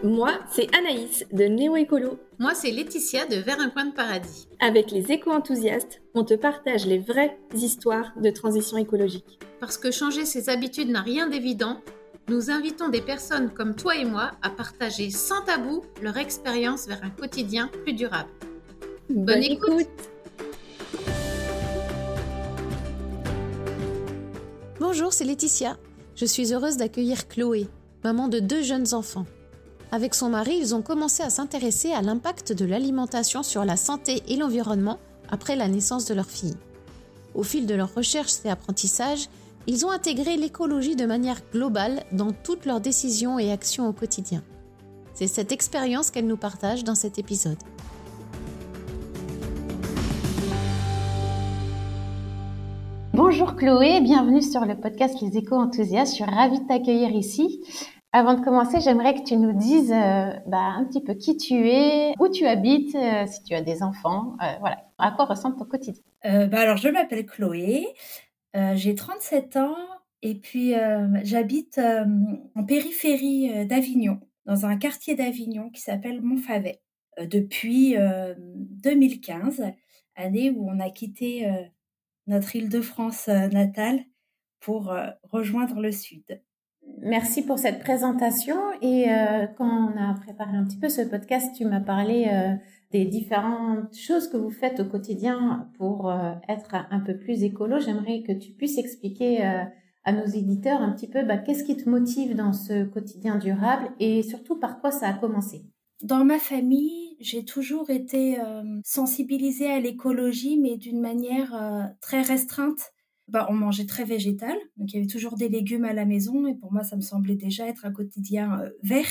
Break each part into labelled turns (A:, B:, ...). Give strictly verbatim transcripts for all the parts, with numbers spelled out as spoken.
A: Moi, c'est Anaïs de Néo-Écolo.
B: Moi, c'est Laetitia de Vers un coin de paradis.
A: Avec les éco-enthousiastes, on te partage les vraies histoires de transition écologique.
B: Parce que changer ses habitudes n'a rien d'évident, nous invitons des personnes comme toi et moi à partager sans tabou leur expérience vers un quotidien plus durable.
A: Bonne,
B: Bonne
A: écoute.
B: écoute.
C: Bonjour, c'est Laetitia. Je suis heureuse d'accueillir Chloé, maman de deux jeunes enfants. Avec son mari, ils ont commencé à s'intéresser à l'impact de l'alimentation sur la santé et l'environnement après la naissance de leur fille. Au fil de leurs recherches et apprentissages, ils ont intégré l'écologie de manière globale dans toutes leurs décisions et actions au quotidien. C'est cette expérience qu'elles nous partagent dans cet épisode.
D: Bonjour Chloé, bienvenue sur le podcast Les Éco-Enthousiastes. Je suis ravie de t'accueillir ici. Avant de commencer, j'aimerais que tu nous dises euh, bah, un petit peu qui tu es, où tu habites, euh, si tu as des enfants, euh, voilà, à quoi ressemble ton quotidien.
E: Euh, bah alors, je m'appelle Chloé, euh, j'ai trente-sept ans et puis euh, j'habite euh, en périphérie euh, d'Avignon, dans un quartier d'Avignon qui s'appelle Montfavet, euh, depuis euh, deux mille quinze, année où on a quitté euh, notre Île-de-France euh, natale pour euh, rejoindre le sud.
D: Merci pour cette présentation. Et euh, quand on a préparé un petit peu ce podcast, tu m'as parlé euh, des différentes choses que vous faites au quotidien pour euh, être un peu plus écolo. J'aimerais que tu puisses expliquer euh, à nos éditeurs un petit peu bah, qu'est-ce qui te motive dans ce quotidien durable et surtout par quoi ça a commencé.
E: Dans ma famille, j'ai toujours été euh, sensibilisée à l'écologie, mais d'une manière euh, très restreinte. Bah, on mangeait très végétal, donc il y avait toujours des légumes à la maison, et pour moi, ça me semblait déjà être un quotidien euh, vert.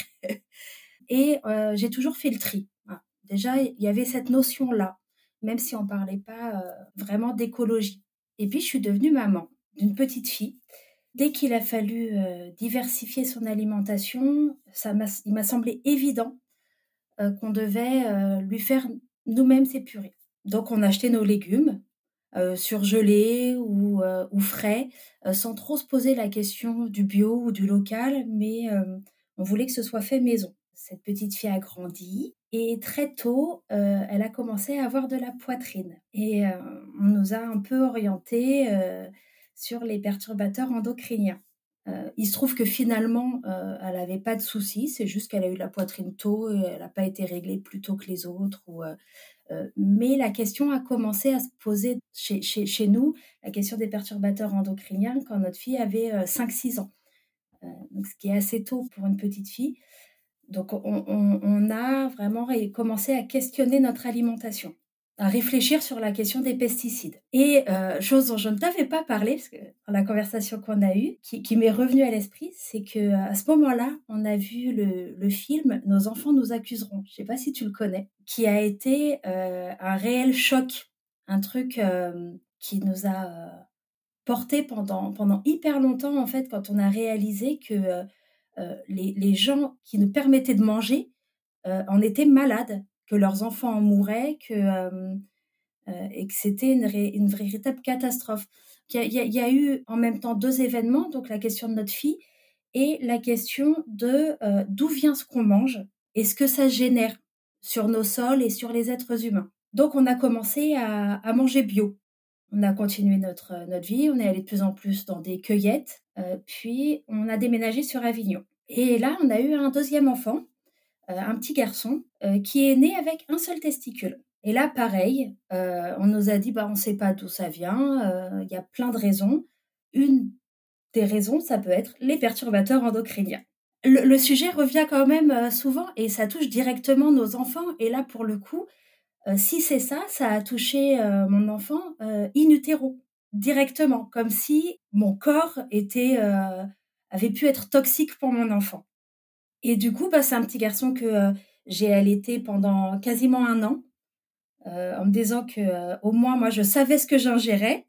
E: Et euh, j'ai toujours fait le tri. Voilà. Déjà, il y avait cette notion-là, même si on ne parlait pas euh, vraiment d'écologie. Et puis, je suis devenue maman d'une petite fille. Dès qu'il a fallu euh, diversifier son alimentation, ça m'a, il m'a semblé évident euh, qu'on devait euh, lui faire nous-mêmes ses purées. Donc, on achetait nos légumes, Euh, surgelés ou, euh, ou frais, euh, sans trop se poser la question du bio ou du local, mais euh, on voulait que ce soit fait maison. Cette petite fille a grandi et très tôt, euh, elle a commencé à avoir de la poitrine. Et euh, on nous a un peu orientés euh, sur les perturbateurs endocriniens. Euh, il se trouve que finalement, euh, elle n'avait pas de soucis, c'est juste qu'elle a eu la poitrine tôt et elle n'a pas été réglée plus tôt que les autres. Ou, euh, euh, mais la question a commencé à se poser chez, chez, chez nous, la question des perturbateurs endocriniens, quand notre fille avait euh, cinq six ans, euh, donc ce qui est assez tôt pour une petite fille. Donc on, on, on a vraiment commencé à questionner notre alimentation, à réfléchir sur la question des pesticides. Et euh, chose dont je ne t'avais pas parlé, parce que dans la conversation qu'on a eue, qui, qui m'est revenue à l'esprit, c'est qu'à ce moment-là, on a vu le, le film « Nos enfants nous accuseront ». Je ne sais pas si tu le connais, qui a été euh, un réel choc, un truc euh, qui nous a euh, porté pendant, pendant hyper longtemps, en fait, quand on a réalisé que euh, euh, les, les gens qui nous permettaient de manger euh, en étaient malades, que leurs enfants en mouraient, que, euh, euh, et que c'était une, ré, une véritable catastrophe. Il y, a, il, y a, il y a eu en même temps deux événements, donc la question de notre fille et la question de euh, d'où vient ce qu'on mange et ce que ça génère sur nos sols et sur les êtres humains. Donc on a commencé à, à manger bio. On a continué notre, notre vie, on est allé de plus en plus dans des cueillettes, euh, puis on a déménagé sur Avignon. Et là, on a eu un deuxième enfant, euh, un petit garçon, euh, qui est né avec un seul testicule. Et là, pareil, euh, on nous a dit, bah, on ne sait pas d'où ça vient, il euh, y a plein de raisons. Une des raisons, ça peut être les perturbateurs endocriniens. Le, le sujet revient quand même euh, souvent et ça touche directement nos enfants. Et là, pour le coup, euh, si c'est ça, ça a touché euh, mon enfant euh, in utero, directement, comme si mon corps était, euh, avait pu être toxique pour mon enfant. Et du coup, bah, c'est un petit garçon que euh, j'ai allaité pendant quasiment un an, euh, en me disant que euh, au moins, moi, je savais ce que j'ingérais.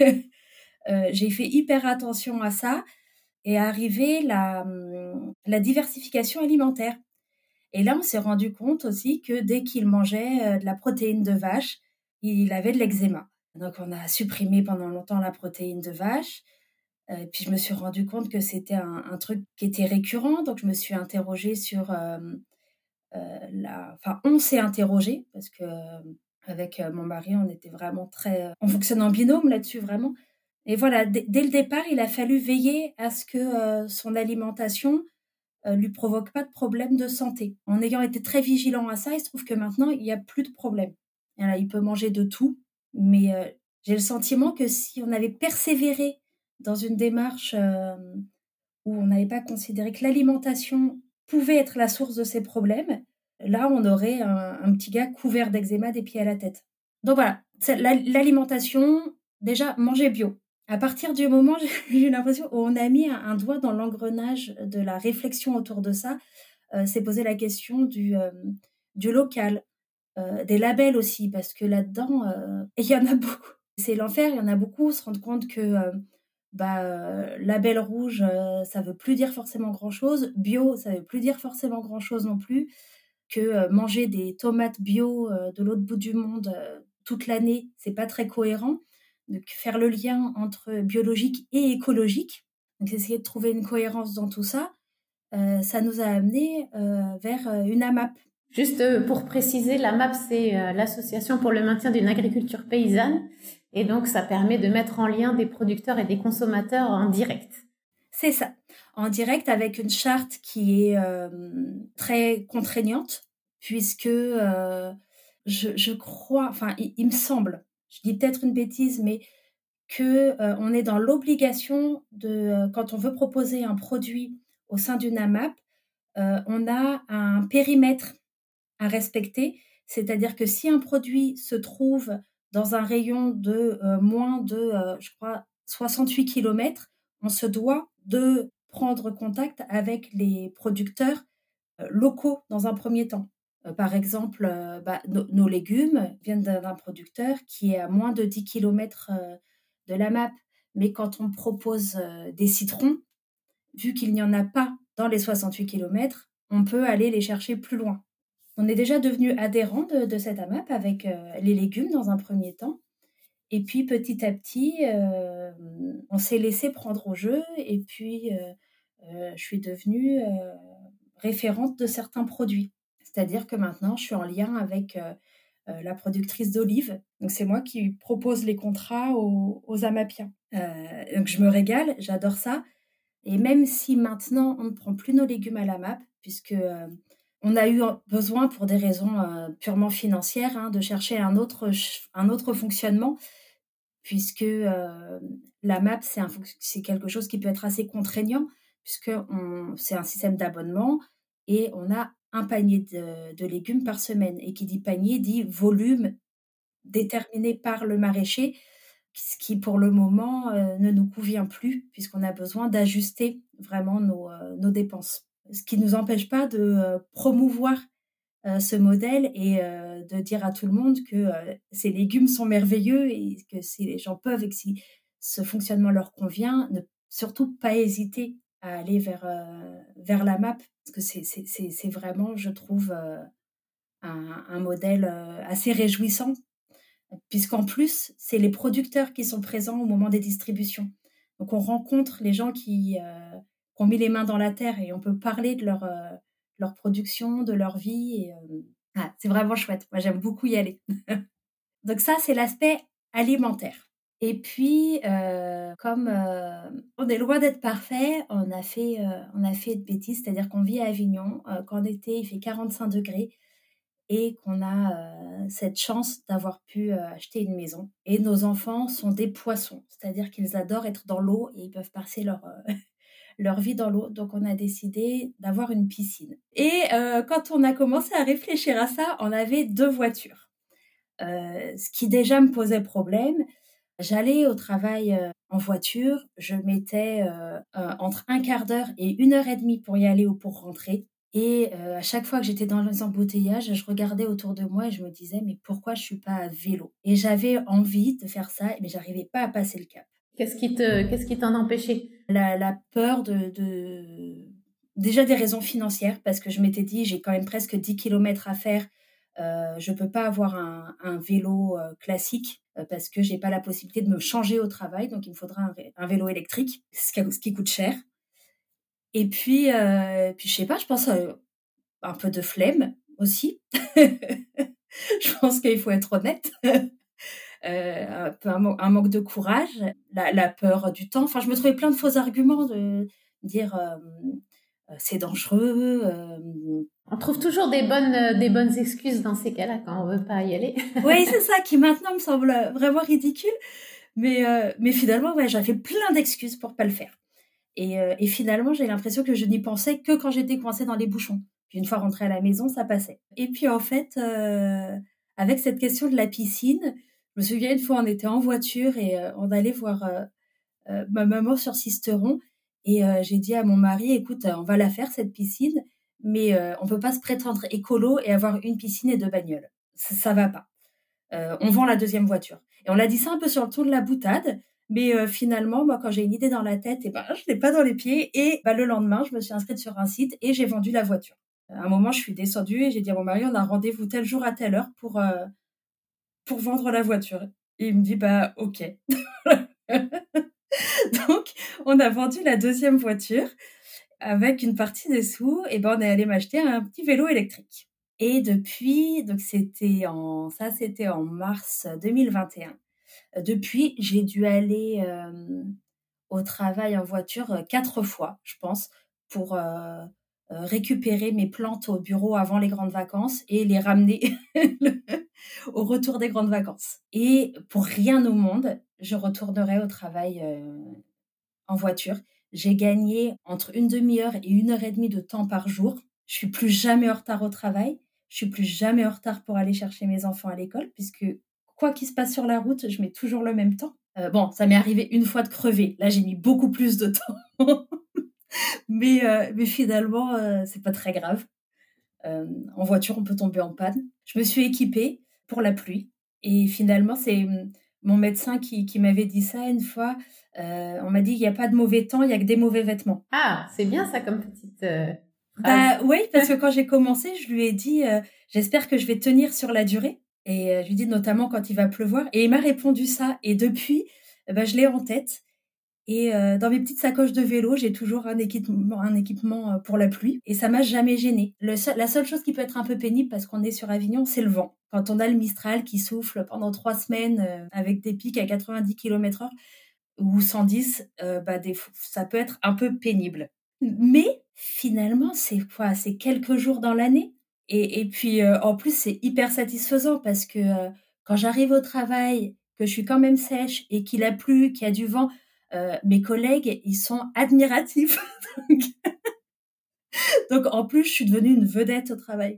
E: euh, j'ai fait hyper attention à ça et arrivé la, la diversification alimentaire. Et là, on s'est rendu compte aussi que dès qu'il mangeait de la protéine de vache, il avait de l'eczéma. Donc, on a supprimé pendant longtemps la protéine de vache. Euh, puis, je me suis rendu compte que c'était un, un truc qui était récurrent. Donc, je me suis interrogée sur euh, euh, la... enfin, on s'est interrogé parce que euh, avec euh, mon mari, on était vraiment très, on fonctionne en binôme là-dessus vraiment. Et voilà, d- dès le départ, il a fallu veiller à ce que euh, son alimentation euh, lui provoque pas de problème de santé. En ayant été très vigilant à ça, il se trouve que maintenant, il n'y a plus de problème. Et là, il peut manger de tout, mais euh, j'ai le sentiment que si on avait persévéré dans une démarche euh, où on n'avait pas considéré que l'alimentation pouvait être la source de ces problèmes, là, on aurait un, un petit gars couvert d'eczéma des pieds à la tête. Donc voilà, l'alimentation, déjà, manger bio. À partir du moment, j'ai eu l'impression, où on a mis un, un doigt dans l'engrenage de la réflexion autour de ça, euh, c'est poser la question du, euh, du local, euh, des labels aussi, parce que là-dedans, euh, il y en a beaucoup. C'est l'enfer, il y en a beaucoup, se rendre compte que euh, bah, euh, label rouge, euh, ça veut plus dire forcément grand-chose, bio, ça veut plus dire forcément grand-chose non plus, que euh, manger des tomates bio euh, de l'autre bout du monde euh, toute l'année, c'est pas très cohérent. Donc faire le lien entre biologique et écologique, donc essayer de trouver une cohérence dans tout ça, euh, ça nous a amené euh, vers euh, une A M A P.
D: Juste euh, pour préciser, la M A P, c'est euh, l'Association pour le maintien d'une agriculture paysanne. Et donc, ça permet de mettre en lien des producteurs et des consommateurs en direct.
E: C'est ça, en direct avec une charte qui est euh, très contraignante, puisque euh, je, je crois, enfin, il, il me semble, je dis peut-être une bêtise, mais que euh, on est dans l'obligation de, euh, quand on veut proposer un produit au sein d'une A M A P, euh, on a un périmètre à respecter, c'est-à-dire que si un produit se trouve dans un rayon de euh, moins de, euh, je crois, soixante-huit kilomètres, on se doit de prendre contact avec les producteurs euh, locaux dans un premier temps. Euh, par exemple, euh, bah, no- nos légumes viennent d'un d'un producteur qui est à moins de dix kilomètres euh, de la M A P. Mais quand on propose euh, des citrons, vu qu'il n'y en a pas dans les soixante-huit kilomètres, on peut aller les chercher plus loin. On est déjà devenu adhérent de, de cette A M A P avec euh, les légumes dans un premier temps. Et puis petit à petit, euh, on s'est laissé prendre au jeu et puis euh, euh, je suis devenue euh, référente de certains produits. C'est-à-dire que maintenant, je suis en lien avec euh, euh, la productrice d'olives. Donc c'est moi qui propose les contrats aux, aux Amapiens. Euh, donc je me régale, j'adore ça. Et même si maintenant, on ne prend plus nos légumes à la M A P, puisque euh, on a eu besoin, pour des raisons euh, purement financières, hein, de chercher un autre, un autre fonctionnement, puisque euh, la M A P, c'est, un, c'est quelque chose qui peut être assez contraignant, puisque on, c'est un système d'abonnement et on a un panier de, de légumes par semaine. Et qui dit panier dit volume déterminé par le maraîcher, ce qui pour le moment euh, ne nous convient plus, puisqu'on a besoin d'ajuster vraiment nos, euh, nos dépenses. Ce qui ne nous empêche pas de euh, promouvoir euh, ce modèle et euh, de dire à tout le monde que euh, ces légumes sont merveilleux et que si les gens peuvent et que si ce fonctionnement leur convient, ne surtout pas hésiter à aller vers, euh, vers la M A P, parce que c'est, c'est, c'est, c'est vraiment, je trouve, euh, un, un modèle euh, assez réjouissant, puisqu'en plus, c'est les producteurs qui sont présents au moment des distributions. Donc, on rencontre les gens qui, euh, qui ont mis les mains dans la terre et on peut parler de leur, euh, leur production, de leur vie. Et, euh, ah, c'est vraiment chouette. Moi, j'aime beaucoup y aller. Donc, ça, c'est l'aspect alimentaire. Et puis, euh, comme euh, on est loin d'être parfait, on a fait, euh, on a fait de bêtises, c'est-à-dire qu'on vit à Avignon. Euh, qu'en été, il fait quarante-cinq degrés. Et qu'on a euh, cette chance d'avoir pu euh, acheter une maison. Et nos enfants sont des poissons, c'est-à-dire qu'ils adorent être dans l'eau et ils peuvent passer leur, euh, leur vie dans l'eau. Donc on a décidé d'avoir une piscine. Et euh, quand on a commencé à réfléchir à ça, on avait deux voitures. Euh, ce qui déjà me posait problème. J'allais au travail euh, en voiture, je mettais euh, euh, entre un quart d'heure et une heure et demie pour y aller ou pour rentrer. Et euh, à chaque fois que j'étais dans les embouteillages, je regardais autour de moi et je me disais, mais pourquoi je suis pas à vélo? Et j'avais envie de faire ça, mais j'arrivais pas à passer le cap.
D: Qu'est-ce qui te, qu'est-ce qui t'en empêchait?
E: La, la peur de, de... Déjà des raisons financières, parce que je m'étais dit, j'ai quand même presque dix kilomètres à faire. Euh, je peux pas avoir un, un vélo euh, classique euh, parce que j'ai pas la possibilité de me changer au travail. Donc, il me faudra un, un vélo électrique, ce qui, ce qui coûte cher. Et puis, euh, puis je sais pas, je pense euh, un peu de flemme. aussi. Je pense qu'il faut être honnête. Euh, un peu un, un manque de courage, la, la peur du temps. Enfin, je me trouvais plein de faux arguments de dire euh, euh, c'est dangereux. Euh...
D: On trouve toujours des bonnes, euh, des bonnes excuses dans ces cas-là quand on veut pas y aller.
E: Oui, c'est ça qui maintenant me semble vraiment ridicule. Mais, euh, mais finalement, ouais, j'avais plein d'excuses pour pas le faire. Et, euh, et finalement, j'ai l'impression que je n'y pensais que quand j'étais coincée dans les bouchons. Puis une fois rentrée à la maison, ça passait. Et puis en fait, euh, avec cette question de la piscine, je me souviens une fois, on était en voiture et euh, on allait voir euh, euh, ma maman sur Sisteron. Et euh, j'ai dit à mon mari, écoute, on va la faire, cette piscine, mais euh, on peut pas se prétendre écolo et avoir une piscine et deux bagnoles. Ça, ça va pas. Euh, on vend la deuxième voiture. Et on l'a dit ça un peu sur le ton de la boutade. Mais euh, finalement, moi, quand j'ai une idée dans la tête, eh ben, je l'ai pas dans les pieds. Et bah, le lendemain, je me suis inscrite sur un site et j'ai vendu la voiture. À un moment, je suis descendue et j'ai dit à mon mari, on a rendez-vous tel jour à telle heure pour, euh, pour vendre la voiture. Et il me dit, bah, ok. Donc, on a vendu la deuxième voiture avec une partie des sous. Et ben, on est allé m'acheter un petit vélo électrique. Et depuis, donc c'était en, ça, c'était en mars deux mille vingt et un. Depuis, j'ai dû aller euh, au travail en voiture euh, quatre fois, je pense, pour euh, euh, récupérer mes plantes au bureau avant les grandes vacances et les ramener au retour des grandes vacances. Et pour rien au monde, je retournerai au travail euh, en voiture. J'ai gagné entre une demi-heure et une heure et demie de temps par jour. Je suis plus jamais en retard au travail. Je suis plus jamais en retard pour aller chercher mes enfants à l'école, puisque quoi qu'il se passe sur la route, je mets toujours le même temps. Euh, bon, ça m'est arrivé une fois de crever. Là, j'ai mis beaucoup plus de temps. mais, euh, mais finalement, euh, c'est pas très grave. Euh, en voiture, on peut tomber en panne. Je me suis équipée pour la pluie. Et finalement, c'est mon médecin qui, qui m'avait dit ça une fois. Euh, on m'a dit, il n'y a pas de mauvais temps, il n'y a que des mauvais vêtements.
D: Ah, c'est bien ça comme petite euh,
E: phrase. Bah oui, parce que quand j'ai commencé, je lui ai dit, euh, j'espère que je vais tenir sur la durée. Et euh, je lui ai dit notamment quand il va pleuvoir. Et il m'a répondu ça. Et depuis, bah, je l'ai en tête. Et euh, dans mes petites sacoches de vélo, j'ai toujours un équipement, un équipement pour la pluie. Et ça m'a jamais gênée. Le seul, la seule chose qui peut être un peu pénible, parce qu'on est sur Avignon, c'est le vent. Quand on a le Mistral qui souffle pendant trois semaines euh, avec des pics à quatre-vingt-dix kilomètres heure ou cent dix, euh, bah, des, ça peut être un peu pénible. Mais finalement, c'est quoi? C'est quelques jours dans l'année. Et, et puis, euh, en plus, c'est hyper satisfaisant parce que euh, quand j'arrive au travail, que je suis quand même sèche et qu'il a plu, qu'il y a du vent, euh, mes collègues, ils sont admiratifs. donc, donc, en plus, je suis devenue une vedette au travail.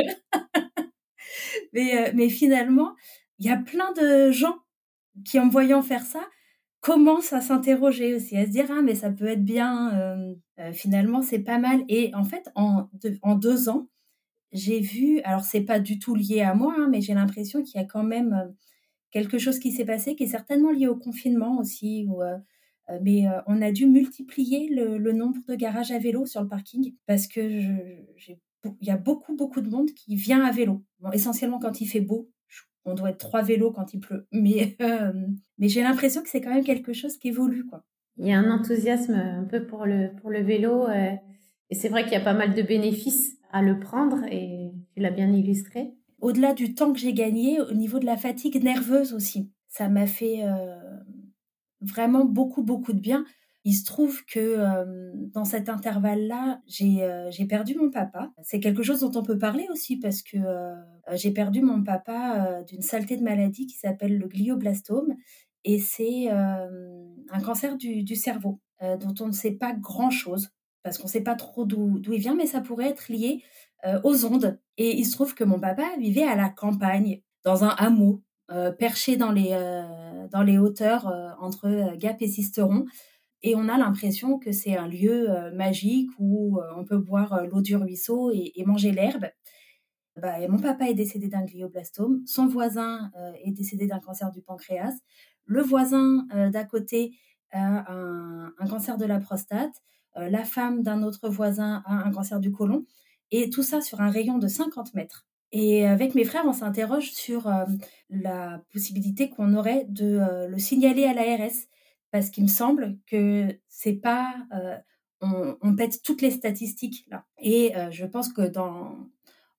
E: mais, euh, mais finalement, il y a plein de gens qui, en me voyant faire ça, commencent à s'interroger aussi, à se dire « Ah, mais ça peut être bien, euh, euh, finalement, c'est pas mal. » Et en fait, en deux, en deux ans, j'ai vu, alors c'est pas du tout lié à moi, hein, mais j'ai l'impression qu'il y a quand même euh, quelque chose qui s'est passé, qui est certainement lié au confinement aussi, où, euh, euh, mais euh, on a dû multiplier le, le nombre de garages à vélo sur le parking, parce que je, j'ai, il y a beaucoup, beaucoup de monde qui vient à vélo. Bon, essentiellement quand il fait beau, on doit être trois vélos quand il pleut, mais, euh, mais j'ai l'impression que c'est quand même quelque chose qui évolue, quoi.
D: Il y a un enthousiasme un peu pour le, pour le vélo, euh, et c'est vrai qu'il y a pas mal de bénéfices à le prendre, et tu l'as bien illustré.
E: Au-delà du temps que j'ai gagné, au niveau de la fatigue nerveuse aussi, ça m'a fait euh, vraiment beaucoup, beaucoup de bien. Il se trouve que euh, dans cet intervalle-là, j'ai, euh, j'ai perdu mon papa. C'est quelque chose dont on peut parler aussi parce que euh, j'ai perdu mon papa euh, d'une saleté de maladie qui s'appelle le glioblastome. Et c'est euh, un cancer du, du cerveau euh, dont on ne sait pas grand-chose parce qu'on ne sait pas trop d'où, d'où il vient, mais ça pourrait être lié euh, aux ondes. Et il se trouve que mon papa vivait à la campagne, dans un hameau, euh, perché dans les, euh, dans les hauteurs euh, entre euh, Gap et Sisteron. Et on a l'impression que c'est un lieu euh, magique où euh, on peut boire euh, l'eau du ruisseau et, et manger l'herbe. Bah, et mon papa est décédé d'un glioblastome, son voisin euh, est décédé d'un cancer du pancréas, le voisin euh, d'à côté a un, un cancer de la prostate, euh, la femme d'un autre voisin a un cancer du côlon, et tout ça sur un rayon de cinquante mètres. Et avec mes frères, on s'interroge sur euh, la possibilité qu'on aurait de euh, le signaler à l'A R S, parce qu'il me semble que c'est pas... Euh, on, on pète toutes les statistiques là. Et euh, je pense que dans...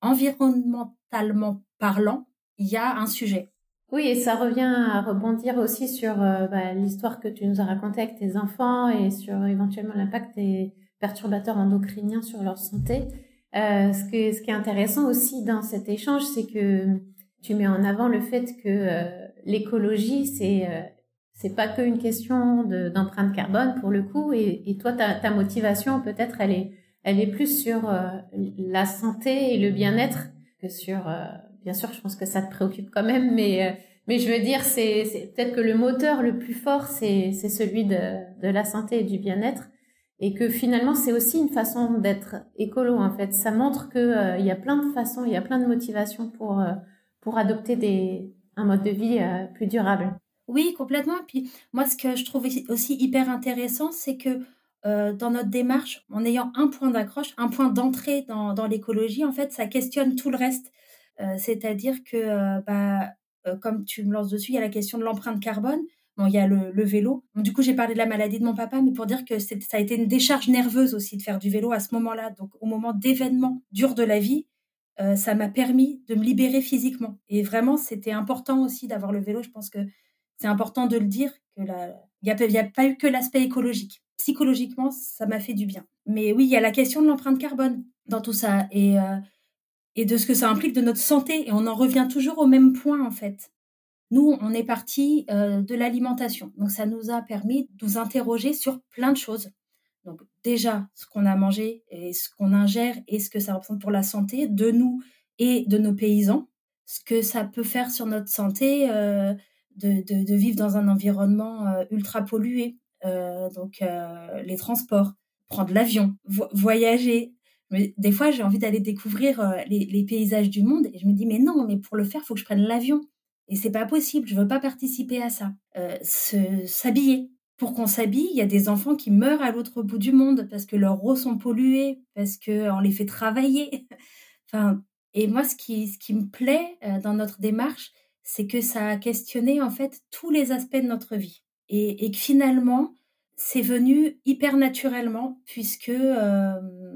E: environnementalement parlant, il y a un sujet.
D: Oui, et ça revient à rebondir aussi sur euh, bah, l'histoire que tu nous as racontée avec tes enfants et sur éventuellement l'impact des perturbateurs endocriniens sur leur santé. Euh, ce, que, ce qui est intéressant aussi dans cet échange, c'est que tu mets en avant le fait que euh, l'écologie, c'est euh, c'est pas qu'une question de, d'empreinte carbone pour le coup, et, et toi, ta, ta motivation peut-être, elle est elle est plus sur euh, la santé et le bien-être que sur euh, bien sûr, je pense que ça te préoccupe quand même, mais euh, mais je veux dire, c'est, c'est peut-être que le moteur le plus fort, c'est c'est celui de de la santé et du bien-être, et que finalement, c'est aussi une façon d'être écolo en fait. Ça montre que euh, il y a plein de façons, il y a plein de motivations pour euh, pour adopter des un mode de vie euh, plus durable.
E: Oui, complètement. Et puis moi, ce que je trouve aussi hyper intéressant, c'est que euh, dans notre démarche, en ayant un point d'accroche, un point d'entrée dans dans l'écologie, en fait, ça questionne tout le reste. Euh, c'est-à-dire que, euh, bah, euh, comme tu me lances dessus, il y a la question de l'empreinte carbone. Bon, il y a le, le vélo. Donc, du coup, j'ai parlé de la maladie de mon papa, mais pour dire que c'est, ça a été une décharge nerveuse aussi de faire du vélo à ce moment-là. Donc, au moment d'événements durs de la vie, euh, ça m'a permis de me libérer physiquement. Et vraiment, c'était important aussi d'avoir le vélo. Je pense que c'est important de le dire, que la, il n'y a, il y a pas eu que l'aspect écologique. Psychologiquement, ça m'a fait du bien. Mais oui, il y a la question de l'empreinte carbone dans tout ça. Et... Euh, et de ce que ça implique de notre santé. Et on en revient toujours au même point, en fait. Nous, on est parti euh, de l'alimentation. Donc, ça nous a permis de nous interroger sur plein de choses. Donc, déjà, ce qu'on a mangé et ce qu'on ingère et ce que ça représente pour la santé de nous et de nos paysans. Ce que ça peut faire sur notre santé euh, de, de, de vivre dans un environnement euh, ultra pollué. Euh, donc, euh, les transports, prendre l'avion, vo- voyager. Mais des fois, j'ai envie d'aller découvrir euh, les, les paysages du monde et je me dis, mais non, mais pour le faire, il faut que je prenne l'avion. Et c'est pas possible, je veux pas participer à ça. Euh, se, s'habiller. Pour qu'on s'habille, il y a des enfants qui meurent à l'autre bout du monde parce que leurs eaux sont polluées, parce qu'on les fait travailler. Enfin, et moi, ce qui, ce qui me plaît euh, dans notre démarche, c'est que ça a questionné en fait tous les aspects de notre vie. Et, et que finalement, c'est venu hyper naturellement puisque euh,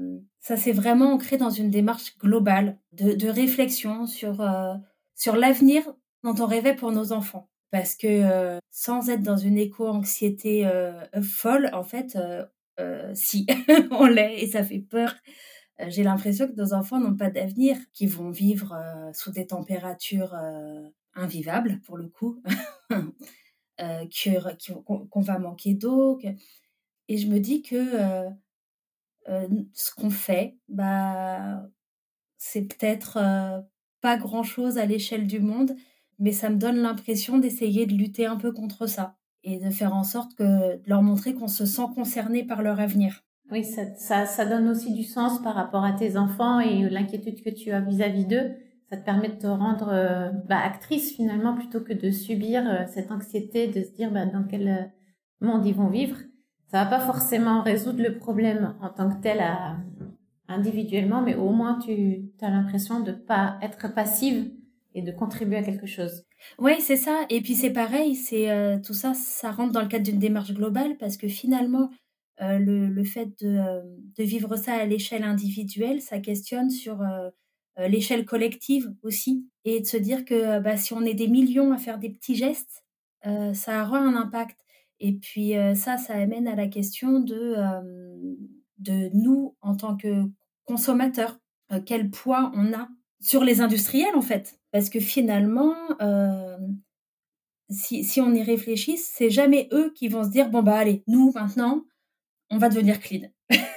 E: ça s'est vraiment ancré dans une démarche globale de, de réflexion sur, euh, sur l'avenir dont on rêvait pour nos enfants. Parce que euh, sans être dans une éco-anxiété euh, folle, en fait, euh, euh, si, on l'est et ça fait peur. Euh, j'ai l'impression que nos enfants n'ont pas d'avenir, qu'ils vont vivre euh, sous des températures euh, invivables, pour le coup. Euh, que, qu'on, qu'on va manquer d'eau. Que... Et je me dis que euh, euh, ce qu'on fait, bah, c'est peut-être euh, pas grand-chose à l'échelle du monde, mais ça me donne l'impression d'essayer de lutter un peu contre ça et de faire en sorte que, de leur montrer qu'on se sent concerné par leur avenir.
D: Oui, ça, ça, ça donne aussi du sens par rapport à tes enfants et l'inquiétude que tu as vis-à-vis d'eux. Ça te permet de te rendre euh, bah, actrice finalement plutôt que de subir euh, cette anxiété de se dire bah, dans quel monde ils vont vivre. Ça va pas forcément résoudre le problème en tant que tel à, individuellement, mais au moins tu as l'impression de pas être passive et de contribuer à quelque chose.
E: Oui, c'est ça. Et puis c'est pareil, c'est euh, tout ça, ça rentre dans le cadre d'une démarche globale parce que finalement, euh, le, le fait de, euh, de vivre ça à l'échelle individuelle, ça questionne sur euh, Euh, l'échelle collective aussi, et de se dire que bah, si on est des millions à faire des petits gestes, euh, ça aura un impact. Et puis euh, ça, ça amène à la question de, euh, de nous en tant que consommateurs, euh, quel poids on a sur les industriels en fait. Parce que finalement, euh, si, si on y réfléchit, c'est jamais eux qui vont se dire, bon bah allez, nous maintenant, on va devenir clean.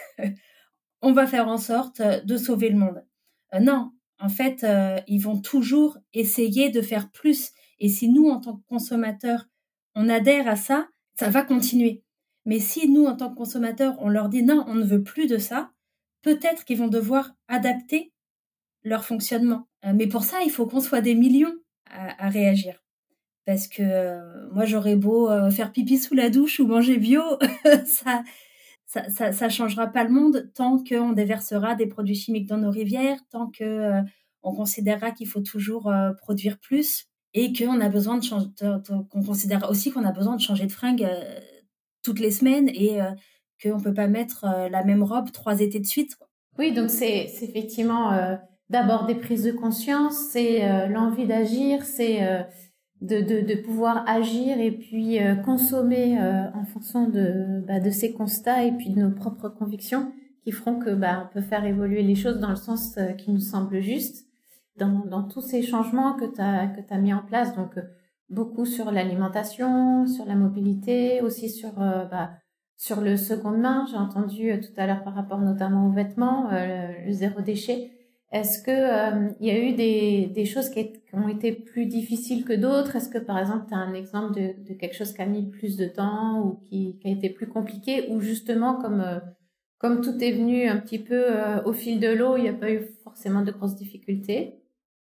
E: On va faire en sorte de sauver le monde. Euh, non, en fait, euh, ils vont toujours essayer de faire plus. Et si nous, en tant que consommateurs, on adhère à ça, ça va continuer. Mais si nous, en tant que consommateurs, on leur dit non, on ne veut plus de ça, peut-être qu'ils vont devoir adapter leur fonctionnement. Euh, mais pour ça, il faut qu'on soit des millions à, à réagir. Parce que euh, moi, j'aurais beau euh, faire pipi sous la douche ou manger bio, ça... Ça, ça, ça changera pas le monde tant qu'on déversera des produits chimiques dans nos rivières, tant que euh, on considérera qu'il faut toujours euh, produire plus et qu'on a besoin de changer, qu'on considère aussi qu'on a besoin de changer de fringue euh, toutes les semaines et euh, qu'on peut pas mettre euh, la même robe trois étés de suite, quoi.
D: Oui, donc c'est, c'est effectivement euh, d'abord des prises de conscience, c'est euh, l'envie d'agir, c'est euh, de, de, de pouvoir agir et puis euh, consommer euh, en fonction de, bah, de ces constats et puis de nos propres convictions qui feront que bah, on peut faire évoluer les choses dans le sens euh, qui nous semble juste. Dans, dans tous ces changements que tu as que tu as mis en place, donc euh, beaucoup sur l'alimentation, sur la mobilité, aussi sur euh, bah, sur le seconde main. J'ai entendu euh, tout à l'heure par rapport notamment aux vêtements, euh, le, le zéro déchet. Est-ce que euh, il y a eu des des choses qui, est, qui ont été plus difficiles que d'autres? Est-ce que par exemple tu as un exemple de, de quelque chose qui a mis plus de temps ou qui, qui a été plus compliqué, ou justement comme euh, comme tout est venu un petit peu euh, au fil de l'eau, il n'y a pas eu forcément de grosses difficultés?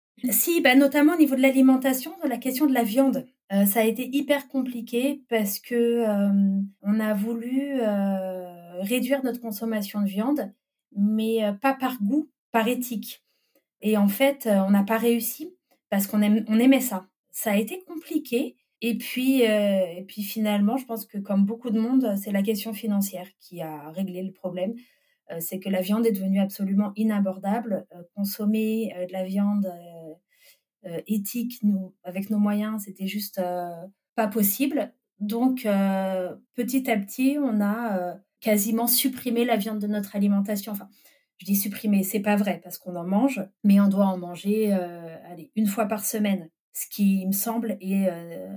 E: Si, bah, notamment au niveau de l'alimentation, de la question de la viande. Euh, ça a été hyper compliqué parce que euh, on a voulu euh, réduire notre consommation de viande, mais euh, pas par goût, par éthique. Et en fait, euh, on n'a pas réussi parce qu'on aime, on aimait ça. Ça a été compliqué. Et puis, euh, et puis finalement, je pense que comme beaucoup de monde, c'est la question financière qui a réglé le problème. Euh, c'est que la viande est devenue absolument inabordable. Euh, consommer euh, de la viande euh, euh, éthique, nous, avec nos moyens, c'était juste euh, pas possible. Donc, euh, petit à petit, on a euh, quasiment supprimé la viande de notre alimentation. Enfin, je dis supprimer, c'est pas vrai parce qu'on en mange, mais on doit en manger euh, allez, une fois par semaine, ce qui me semble est euh,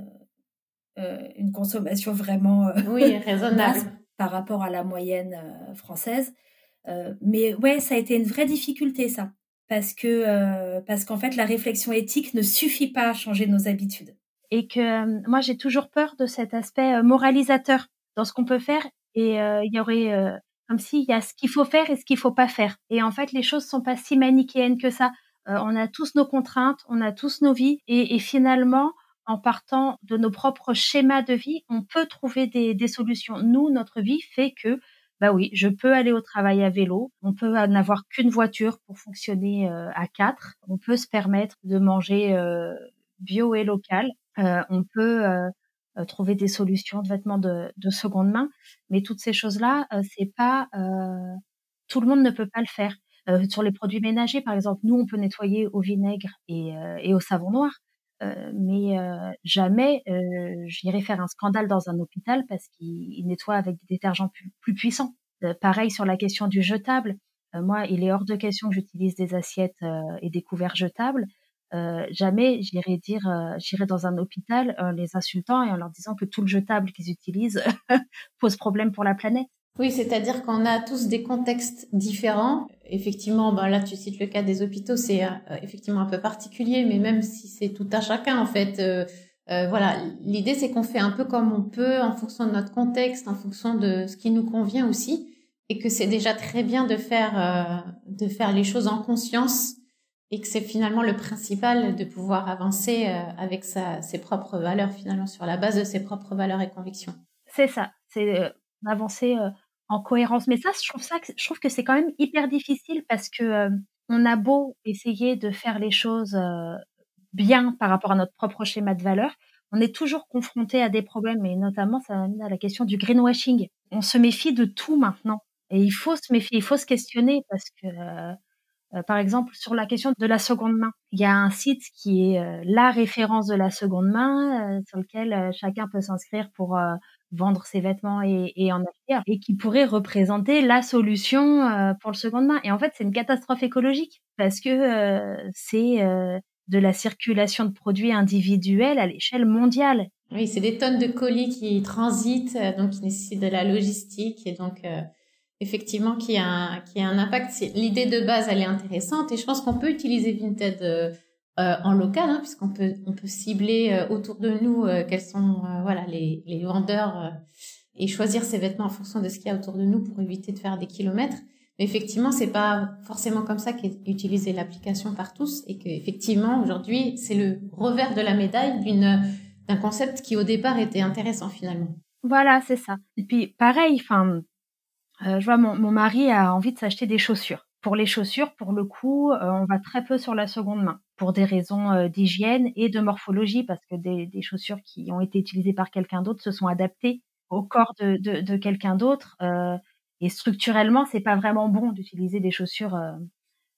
E: euh, une consommation vraiment euh,
D: Oui, raisonnable.
E: basse par rapport à la moyenne euh, française. Euh, mais ouais, ça a été une vraie difficulté, ça. Parce que euh, parce qu'en fait, la réflexion éthique ne suffit pas à changer nos habitudes. Et que euh, moi, j'ai toujours peur de cet aspect euh, moralisateur dans ce qu'on peut faire. Et euh, il y aurait euh, comme s'il y a ce qu'il faut faire et ce qu'il faut pas faire. Et en fait, les choses sont pas si manichéennes que ça. Euh, on a tous nos contraintes, on a tous nos vies. Et, et finalement, en partant de nos propres schémas de vie, on peut trouver des, des solutions. Nous, notre vie fait que bah oui, je peux aller au travail à vélo, on peut n'avoir qu'une voiture pour fonctionner euh, à quatre, on peut se permettre de manger euh, bio et local, euh, on peut euh, euh, trouver des solutions de vêtements de, de seconde main, mais toutes ces choses-là, euh, c'est pas euh, tout le monde ne peut pas le faire. Euh, sur les produits ménagers, par exemple, nous on peut nettoyer au vinaigre et, euh, et au savon noir. Euh, mais euh, jamais euh, j'irai faire un scandale dans un hôpital parce qu'il nettoie avec des détergents plus, plus puissants. Euh, pareil sur la question du jetable. Euh, moi, il est hors de question que j'utilise des assiettes euh, et des couverts jetables. Euh, jamais j'irai dire, euh, j'irai dans un hôpital en les insultant et en leur disant que tout le jetable qu'ils utilisent pose problème pour la planète.
D: Oui, c'est-à-dire qu'on a tous des contextes différents. Effectivement, ben là, tu cites le cas des hôpitaux, c'est euh, effectivement un peu particulier, mais même si c'est tout à chacun, en fait, euh, euh, voilà, l'idée c'est qu'on fait un peu comme on peut, en fonction de notre contexte, en fonction de ce qui nous convient aussi, et que c'est déjà très bien de faire euh, de faire les choses en conscience, et que c'est finalement le principal de pouvoir avancer euh, avec sa, ses propres valeurs, finalement, sur la base de ses propres valeurs et convictions.
E: C'est ça, c'est euh, avancer euh, en cohérence. Mais ça, je trouve ça, je trouve que c'est quand même hyper difficile parce que euh, on a beau essayer de faire les choses euh, bien par rapport à notre propre schéma de valeurs, on est toujours confronté à des problèmes et notamment ça amène à la question du greenwashing. On se méfie de tout maintenant et il faut se méfier, il faut se questionner parce que euh, euh, par exemple sur la question de la seconde main, il y a un site qui est euh, la référence de la seconde main euh, sur lequel euh, chacun peut s'inscrire pour euh, vendre ses vêtements et, et en acheter et qui pourrait représenter la solution euh, pour le seconde main. Et en fait, c'est une catastrophe écologique parce que euh, c'est euh, de la circulation de produits individuels à l'échelle mondiale.
D: Oui, c'est des tonnes de colis qui transitent, euh, donc qui nécessitent de la logistique et donc euh, effectivement qui a un, qui a un impact. C'est, l'idée de base, elle est intéressante et je pense qu'on peut utiliser Vinted euh, euh, en local, hein, puisqu'on peut on peut cibler euh, autour de nous euh, quels sont euh, voilà les les vendeurs euh, et choisir ses vêtements en fonction de ce qu'il y a autour de nous pour éviter de faire des kilomètres. Mais effectivement, c'est pas forcément comme ça qu'est utilisée l'application par tous et que effectivement aujourd'hui c'est le revers de la médaille d'une d'un concept qui au départ était intéressant finalement.
E: Voilà, c'est ça. Et puis pareil, enfin, euh, je vois mon, mon mari a envie de s'acheter des chaussures. Pour les chaussures, pour le coup, euh, on va très peu sur la seconde main pour des raisons euh, d'hygiène et de morphologie parce que des, des chaussures qui ont été utilisées par quelqu'un d'autre se sont adaptées au corps de, de, de quelqu'un d'autre. Euh, et structurellement, c'est pas vraiment bon d'utiliser des chaussures euh,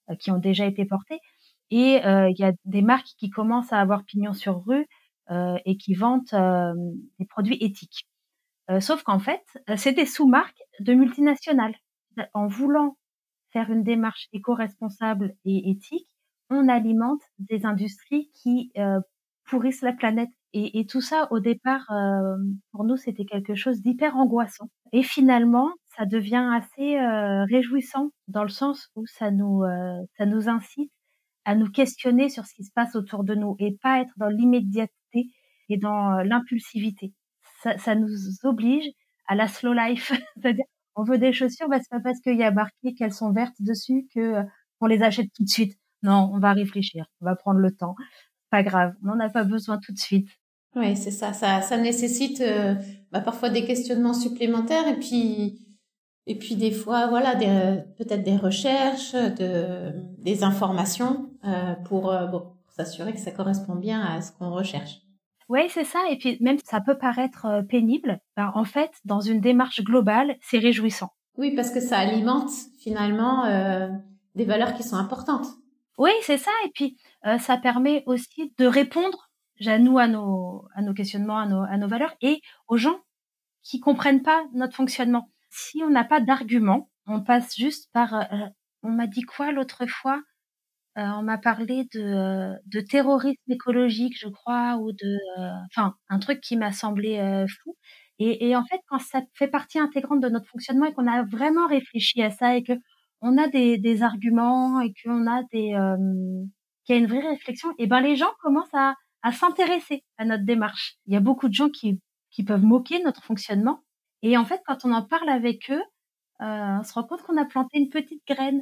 F: euh, qui ont déjà été portés. Et euh, il y a des marques qui commencent à avoir pignon sur rue euh, et qui vendent euh, des produits éthiques. Euh, sauf qu'en fait, euh, c'est des sous-marques de multinationales. En voulant faire une démarche éco-responsable et éthique, on alimente des industries qui euh, pourrissent la planète. Et, et tout ça, au départ, euh, pour nous, c'était quelque chose d'hyper angoissant. Et finalement, ça devient assez euh, réjouissant dans le sens où ça nous, euh, ça nous incite à nous questionner sur ce qui se passe autour de nous et pas être dans l'immédiateté et dans euh, l'impulsivité. Ça, ça nous oblige à la slow life, c'est-à-dire on veut des chaussures, bah, c'est pas parce qu'il y a marqué qu'elles sont vertes dessus que euh, on les achète tout de suite. Non, on va réfléchir, on va prendre le temps. Pas grave, on n'en a pas besoin tout de suite.
D: Oui, c'est ça. Ça, ça nécessite euh, bah, parfois des questionnements supplémentaires et puis et puis des fois, voilà, des, peut-être des recherches, de, des informations euh, pour, euh, bon, pour s'assurer que ça correspond bien à ce qu'on recherche.
F: Oui, c'est ça. Et puis même ça peut paraître euh, pénible, ben, en fait, dans une démarche globale, c'est réjouissant.
D: Oui, parce que ça alimente finalement euh, des valeurs qui sont importantes.
F: Oui, c'est ça. Et puis euh, ça permet aussi de répondre à nous, à nos, à nos questionnements, à nos, à nos valeurs et aux gens qui comprennent pas notre fonctionnement. Si on n'a pas d'argument, on passe juste par. Euh, on m'a dit quoi l'autre fois euh, On m'a parlé de, euh, de terrorisme écologique, je crois, ou de, enfin, euh, un truc qui m'a semblé euh, fou. Et, et en fait, quand ça fait partie intégrante de notre fonctionnement et qu'on a vraiment réfléchi à ça et que on a des, des arguments et qu'on a des, euh, qu'il y a une vraie réflexion, et ben les gens commencent à, à s'intéresser à notre démarche. Il y a beaucoup de gens qui qui peuvent moquer notre fonctionnement. Et en fait, quand on en parle avec eux, euh, on se rend compte qu'on a planté une petite graine.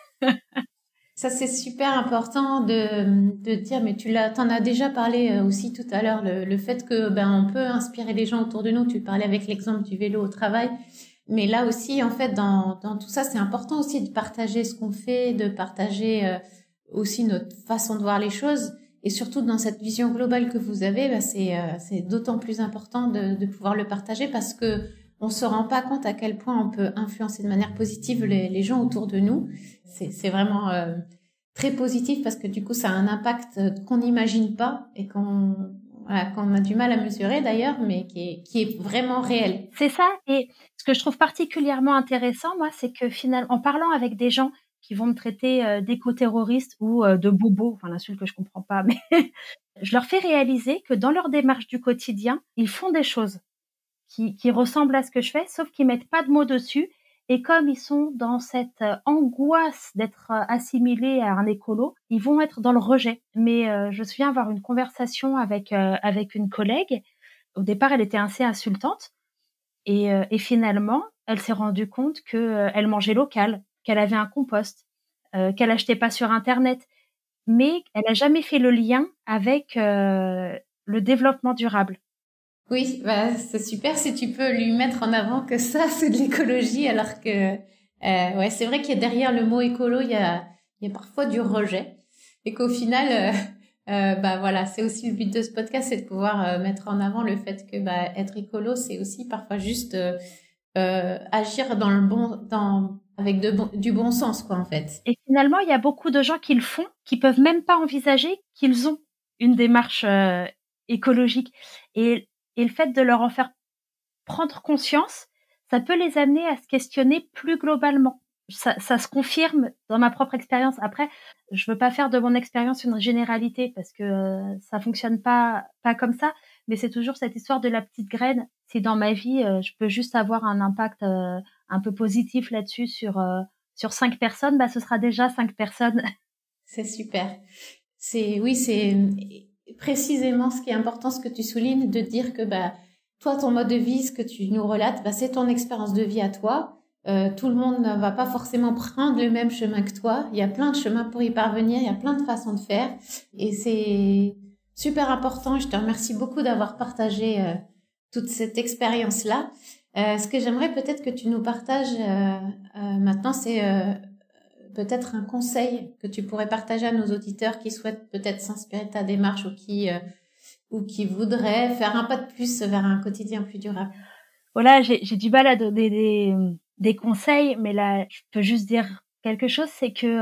D: Ça, c'est super important de, de dire, mais tu l'as, t'en as déjà parlé aussi tout à l'heure, le, le fait que, ben, on peut inspirer les gens autour de nous. Tu parlais avec l'exemple du vélo au travail. Mais là aussi, en fait, dans, dans tout ça, c'est important aussi de partager ce qu'on fait, de partager euh, aussi notre façon de voir les choses. Et surtout, dans cette vision globale que vous avez, ben, c'est, euh, c'est d'autant plus important de, de pouvoir le partager parce que on se rend pas compte à quel point on peut influencer de manière positive les, les gens autour de nous. C'est, c'est vraiment euh, très positif parce que du coup, ça a un impact qu'on n'imagine pas et qu'on, voilà, qu'on a du mal à mesurer d'ailleurs, mais qui est, qui est vraiment réel.
F: C'est ça. Et ce que je trouve particulièrement intéressant, moi, c'est que finalement, en parlant avec des gens qui vont me traiter euh, d'éco-terroristes ou euh, de bobos, enfin l'insulte que je comprends pas, mais je leur fais réaliser que dans leur démarche du quotidien, ils font des choses qui, qui ressemblent à ce que je fais, sauf qu'ils mettent pas de mots dessus. Et comme ils sont dans cette euh, angoisse d'être euh, assimilés à un écolo, ils vont être dans le rejet. Mais euh, je me souviens avoir une conversation avec euh, avec une collègue. Au départ, elle était assez insultante. Et, euh, et finalement, elle s'est rendue compte que euh, elle mangeait local, qu'elle avait un compost, euh, qu'elle achetait pas sur Internet. Mais elle a jamais fait le lien avec euh, le développement durable.
D: Oui, bah, c'est super si tu peux lui mettre en avant que ça, c'est de l'écologie, alors que euh, ouais, c'est vrai qu'il y a derrière le mot écolo, il y a, il y a parfois du rejet, et qu'au final, euh, euh, bah voilà, c'est aussi le but de ce podcast, c'est de pouvoir euh, mettre en avant le fait que bah être écolo, c'est aussi parfois juste euh, euh, agir dans le bon, dans avec de bon, du bon sens, quoi, en fait.
F: Et finalement, il y a beaucoup de gens qui le font, qui peuvent même pas envisager qu'ils ont une démarche euh, écologique. Et, et le fait de leur en faire prendre conscience, ça peut les amener à se questionner plus globalement. Ça, ça se confirme dans ma propre expérience. Après, je veux pas faire de mon expérience une généralité parce que euh, ça fonctionne pas pas comme ça. Mais c'est toujours cette histoire de la petite graine. Si dans ma vie, euh, je peux juste avoir un impact euh, un peu positif là-dessus sur euh, sur cinq personnes, bah ce sera déjà cinq personnes.
D: C'est super. C'est oui, c'est précisément ce qui est important, ce que tu soulignes, de dire que bah toi, ton mode de vie, ce que tu nous relates, bah c'est ton expérience de vie à toi. Euh, tout le monde ne va pas forcément prendre le même chemin que toi. Il y a plein de chemins pour y parvenir. Il y a plein de façons de faire, et c'est super important. Je te remercie beaucoup d'avoir partagé euh, toute cette expérience-là. Euh, ce que j'aimerais peut-être que tu nous partages euh, euh, maintenant, c'est euh, peut-être un conseil que tu pourrais partager à nos auditeurs qui souhaitent peut-être s'inspirer de ta démarche ou qui euh, ou qui voudraient faire un pas de plus vers un quotidien plus durable.
F: Voilà, j'ai, j'ai du mal à donner des, des conseils, mais là, je peux juste dire quelque chose, c'est que euh,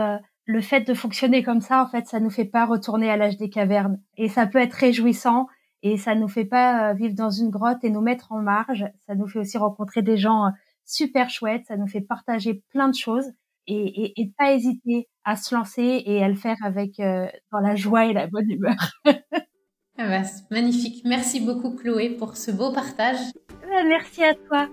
F: le fait de fonctionner comme ça, en fait, ça nous fait pas retourner à l'âge des cavernes. Et ça peut être réjouissant et ça nous fait pas vivre dans une grotte et nous mettre en marge. Ça nous fait aussi rencontrer des gens super chouettes. Ça nous fait partager plein de choses et, et, et pas hésiter à se lancer et à le faire avec euh, dans la joie et la bonne humeur.
D: Ah bah, c'est magnifique. Merci beaucoup Chloé pour ce beau partage.
F: Merci à toi.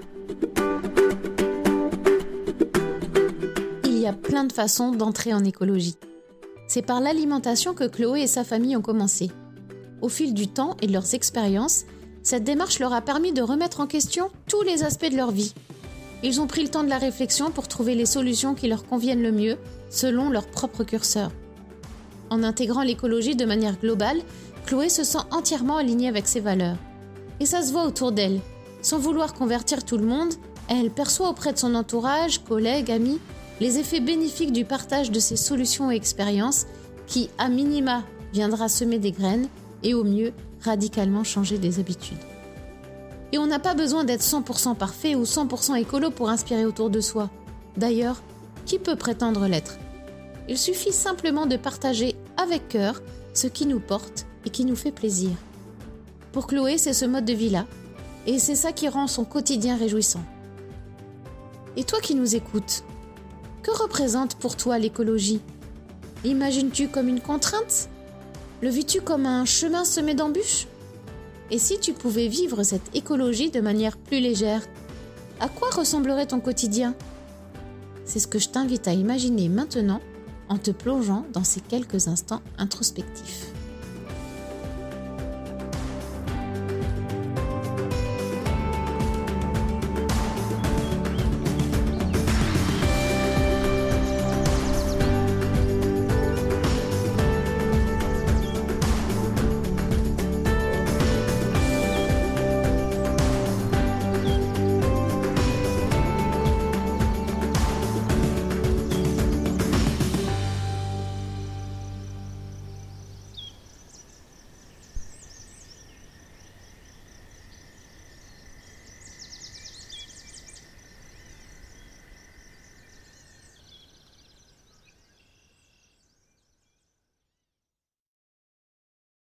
C: Il y a plein de façons d'entrer en écologie. C'est par l'alimentation que Chloé et sa famille ont commencé. Au fil du temps et de leurs expériences, cette démarche leur a permis de remettre en question tous les aspects de leur vie. Ils ont pris le temps de la réflexion pour trouver les solutions qui leur conviennent le mieux, selon leur propre curseur. En intégrant l'écologie de manière globale, Chloé se sent entièrement alignée avec ses valeurs. Et ça se voit autour d'elle. Sans vouloir convertir tout le monde, elle perçoit auprès de son entourage, collègues, amis, les effets bénéfiques du partage de ces solutions et expériences qui, à minima, viendra semer des graines et au mieux, radicalement changer des habitudes. Et on n'a pas besoin d'être cent pour cent parfait ou cent pour cent écolo pour inspirer autour de soi. D'ailleurs, qui peut prétendre l'être ? Il suffit simplement de partager avec cœur ce qui nous porte et qui nous fait plaisir. Pour Chloé, c'est ce mode de vie-là, et c'est ça qui rend son quotidien réjouissant. Et toi qui nous écoutes, que représente pour toi l'écologie ? L'imagines-tu comme une contrainte ? Le vis-tu comme un chemin semé d'embûches ? Et si tu pouvais vivre cette écologie de manière plus légère, à quoi ressemblerait ton quotidien ? C'est ce que je t'invite à imaginer maintenant en te plongeant dans ces quelques instants introspectifs.